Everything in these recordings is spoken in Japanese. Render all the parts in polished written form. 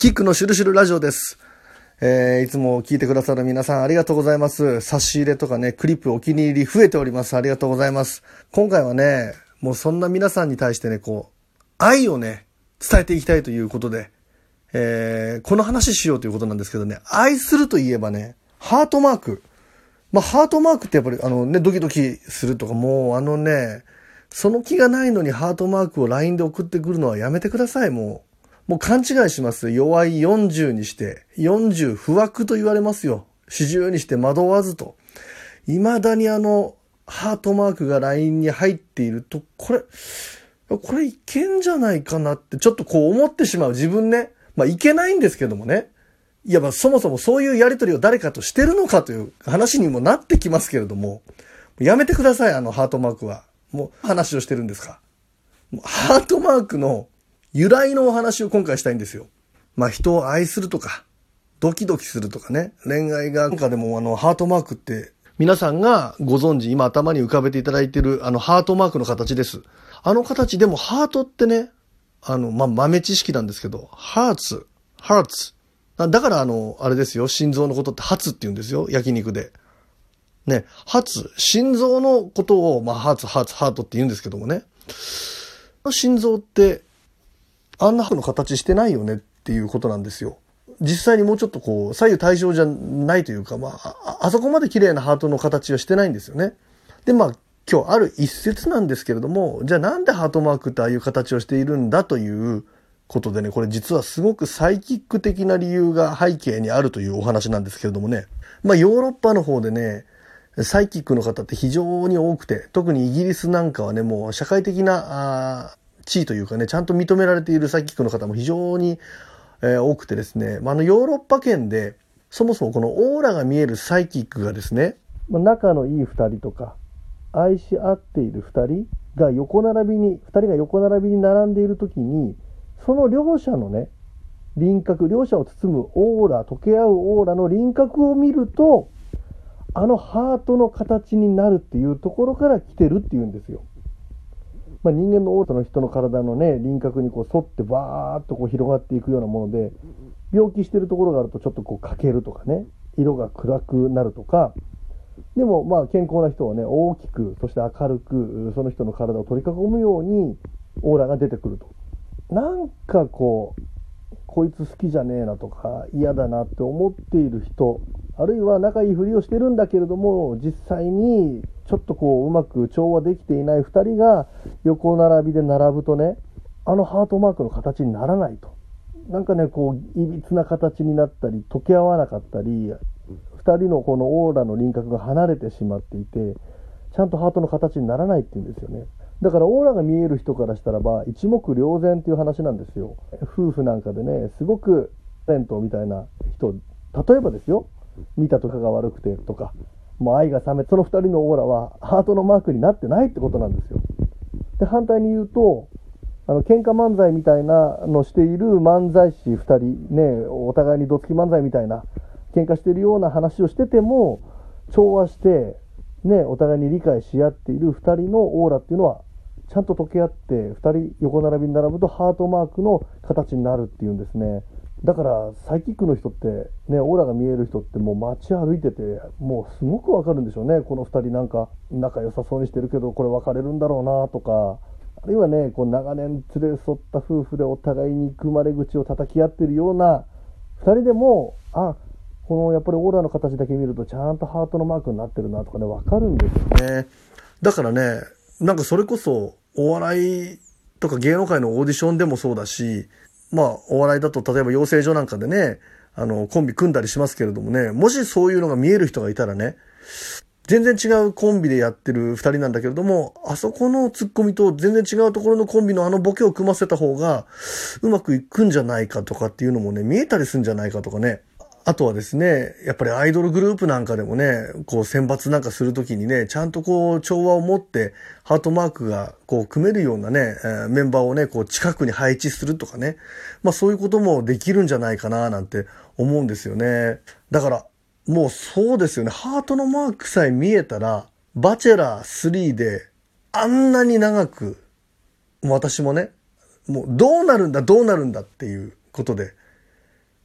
キックのシュルシュルラジオです。いつも聞いてくださる皆さんありがとうございます。差し入れとかね、クリップお気に入り増えております。ありがとうございます。今回はね、もうそんな皆さんに対してね、愛をね、伝えていきたいということで、この話しようということなんですけどね、愛するといえばね、ハートマーク。ハートマークってやっぱりドキドキするとか、もうその気がないのにハートマークを LINE で送ってくるのはやめてください、もう勘違いします。弱い40にして、40不惑と言われますよ。40にして惑わずと。未だにハートマークが LINE に入っていると、これいけんじゃないかなって、ちょっと思ってしまう自分ね。いけないんですけどもね。いや、そもそもそういうやりとりを誰かとしてるのかという話にもなってきますけれども、やめてください、ハートマークは。もう話をしてるんですか。ハートマークの由来のお話を今回したいんですよ。人を愛するとか、ドキドキするとかね、恋愛がなんかでもハートマークって、皆さんがご存知、今頭に浮かべていただいているハートマークの形です。形でもハートってね、豆知識なんですけど、ハーツ。だからあれですよ、心臓のことってハツって言うんですよ、焼肉で。ね、ハツ、心臓のことを、ハートって言うんですけどもね。心臓って、あんなの形してないよねっていうことなんですよ。実際にもうちょっと左右対称じゃないというか、あそこまで綺麗なハートの形はしてないんですよね。で、今日ある一説なんですけれども、じゃあなんでハートマークってああいう形をしているんだということでね、これ実はすごくサイキック的な理由が背景にあるというお話なんですけれどもね。ヨーロッパの方でね、サイキックの方って非常に多くて、特にイギリスなんかはね、もう社会的な地位というかね、ちゃんと認められているサイキックの方も非常に、多くてですね、ヨーロッパ圏でそもそもこのオーラが見えるサイキックがですね、仲のいい二人とか愛し合っている二人が横並びに並んでいるときに、その両者のね、輪郭、両者を包むオーラ、溶け合うオーラの輪郭を見ると、ハートの形になるっていうところから来てるっていうんですよ。人間のオーラの人の体のね、輪郭に沿ってバーっと広がっていくようなもので、病気してるところがあるとちょっと欠けるとかね、色が暗くなるとか、でも健康な人はね、大きく、そして明るく、その人の体を取り囲むようにオーラが出てくると。なんかこいつ好きじゃねえなとか嫌だなって思っている人、あるいは仲いいふりをしてるんだけれども、実際にちょっとうまく調和できていない2人が横並びで並ぶとね、ハートマークの形にならないと。なんかね、いびつな形になったり、溶け合わなかったり、2人のこのオーラの輪郭が離れてしまっていて、ちゃんとハートの形にならないっていうんですよね。だからオーラが見える人からしたらば一目瞭然っていう話なんですよ。夫婦なんかでね、すごくタレントみたいな人、例えばですよ、見たとかが悪くてとか、もう愛が冷め、その2人のオーラはハートのマークになってないってことなんですよ。で、反対に言うと、喧嘩漫才みたいなのしている漫才師2人ね、お互いにどつき漫才みたいな喧嘩しているような話をしてても、調和してね、お互いに理解し合っている2人のオーラっていうのはちゃんと溶け合って、2人横並びに並ぶとハートマークの形になるっていうんですね。だからサイキックの人ってね、オーラが見える人ってもう街歩いててもうすごくわかるんでしょうね。この2人なんか仲良さそうにしてるけど、これ別れるんだろうなとか、あるいはね、長年連れ添った夫婦でお互いに憎まれ口を叩き合ってるような2人でも、やっぱりオーラの形だけ見るとちゃんとハートのマークになってるなとかね、わかるんですよね。だからね、なんかそれこそお笑いとか芸能界のオーディションでもそうだし、お笑いだと例えば養成所なんかでね、コンビ組んだりしますけれどもね、もしそういうのが見える人がいたらね、全然違うコンビでやってる2人なんだけれども、あそこのツッコミと全然違うところのコンビのボケを組ませた方がうまくいくんじゃないかとかっていうのもね、見えたりするんじゃないかとかね。あとはですね、やっぱりアイドルグループなんかでもね、選抜なんかするときにね、ちゃんと調和を持ってハートマークが組めるようなね、メンバーをね、近くに配置するとかね、そういうこともできるんじゃないかななんて思うんですよね。だからもうそうですよね、ハートのマークさえ見えたら、バチェラー3であんなに長く、私もね、もうどうなるんだっていうことで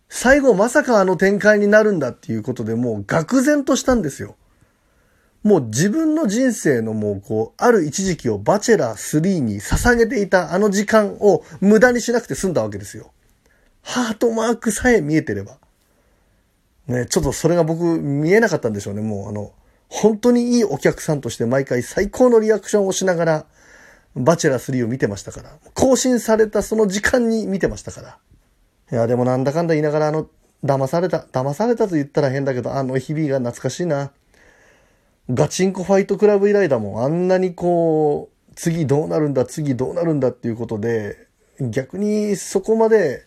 最後まさかあの展開になるんだっていうことでもう愕然としたんですよ。もう自分の人生のもうこう、ある一時期をバチェラー3に捧げていたあの時間を無駄にしなくて済んだわけですよ。ハートマークさえ見えてれば。ね、ちょっとそれが僕見えなかったんでしょうね。もう本当にいいお客さんとして毎回最高のリアクションをしながら、バチェラー3を見てましたから。更新されたその時間に見てましたから。いや、でもなんだかんだ言いながら騙されたと言ったら変だけど、あの日々が懐かしいな。ガチンコファイトクラブ以来だもん。あんなにこう、次どうなるんだっていうことで、逆にそこまで、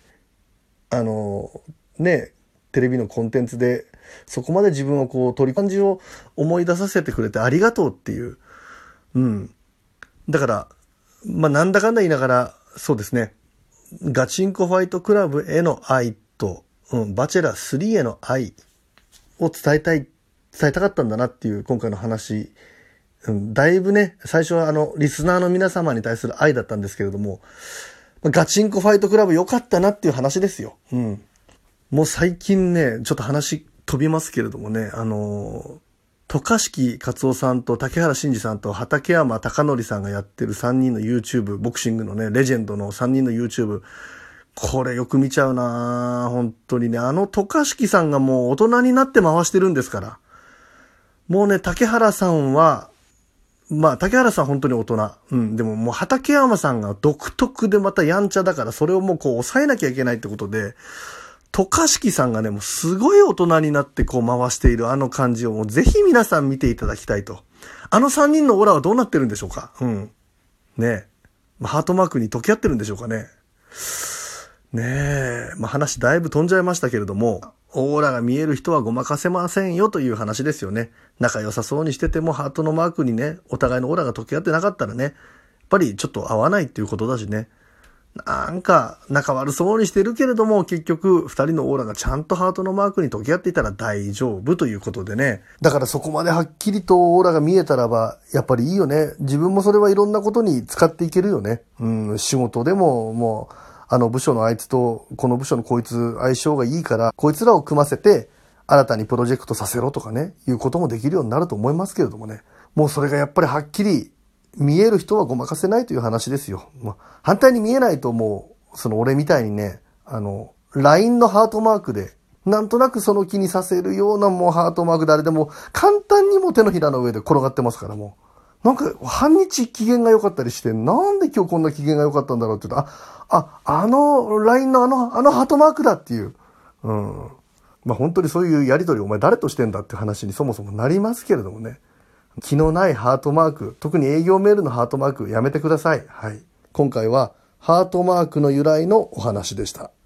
テレビのコンテンツで、そこまで自分をこう、取り感じを思い出させてくれてありがとうっていう。うん。だから、なんだかんだ言いながら、そうですね。ガチンコファイトクラブへの愛と、バチェラー3への愛を伝えたかったんだなっていう今回の話、だいぶね、最初はリスナーの皆様に対する愛だったんですけれども、ガチンコファイトクラブ良かったなっていう話ですよ。もう最近ね、ちょっと話飛びますけれどもね、渡嘉敷勝夫さんと竹原慎二さんと畠山貴則さんがやってる3人の YouTube、ボクシングのね、レジェンドの3人の YouTube、これよく見ちゃうな本当にね。渡嘉敷さんがもう大人になって回してるんですから。もうね、竹原さんは、竹原さん本当に大人。でももう畠山さんが独特でまたやんちゃだから、それをもうこう抑えなきゃいけないってことで、渡嘉敷さんがね、もうすごい大人になってこう回しているあの感じをもうぜひ皆さん見ていただきたいと。あの3人のオーラはどうなってるんでしょうか。ねえ。ハートマークに溶け合ってるんでしょうかね。ねえ。話だいぶ飛んじゃいましたけれども、オーラが見える人はごまかせませんよという話ですよね。仲良さそうにしててもハートのマークにね、お互いのオーラが溶け合ってなかったらね、やっぱりちょっと合わないっていうことだしね。なんか仲悪そうにしてるけれども結局二人のオーラがちゃんとハートのマークに溶け合っていたら大丈夫ということでね。だからそこまではっきりとオーラが見えたらばやっぱりいいよね。自分もそれはいろんなことに使っていけるよね。仕事でももうあの部署のあいつとこの部署のこいつ相性がいいからこいつらを組ませて新たにプロジェクトさせろとかねいうこともできるようになると思いますけれどもね。もうそれがやっぱりはっきり見える人はごまかせないという話ですよ。反対に見えないともう、その俺みたいにね、LINE のハートマークで、なんとなくその気にさせるようなもうハートマークであれでも簡単にも手のひらの上で転がってますからもう。なんか半日機嫌が良かったりして、なんで今日こんな機嫌が良かったんだろうって言うと、LINE のあのハートマークだっていう。本当にそういうやりとりお前誰としてんだって話にそもそもなりますけれどもね。気のないハートマーク、特に営業メールのハートマークやめてください。はい。今回はハートマークの由来のお話でした。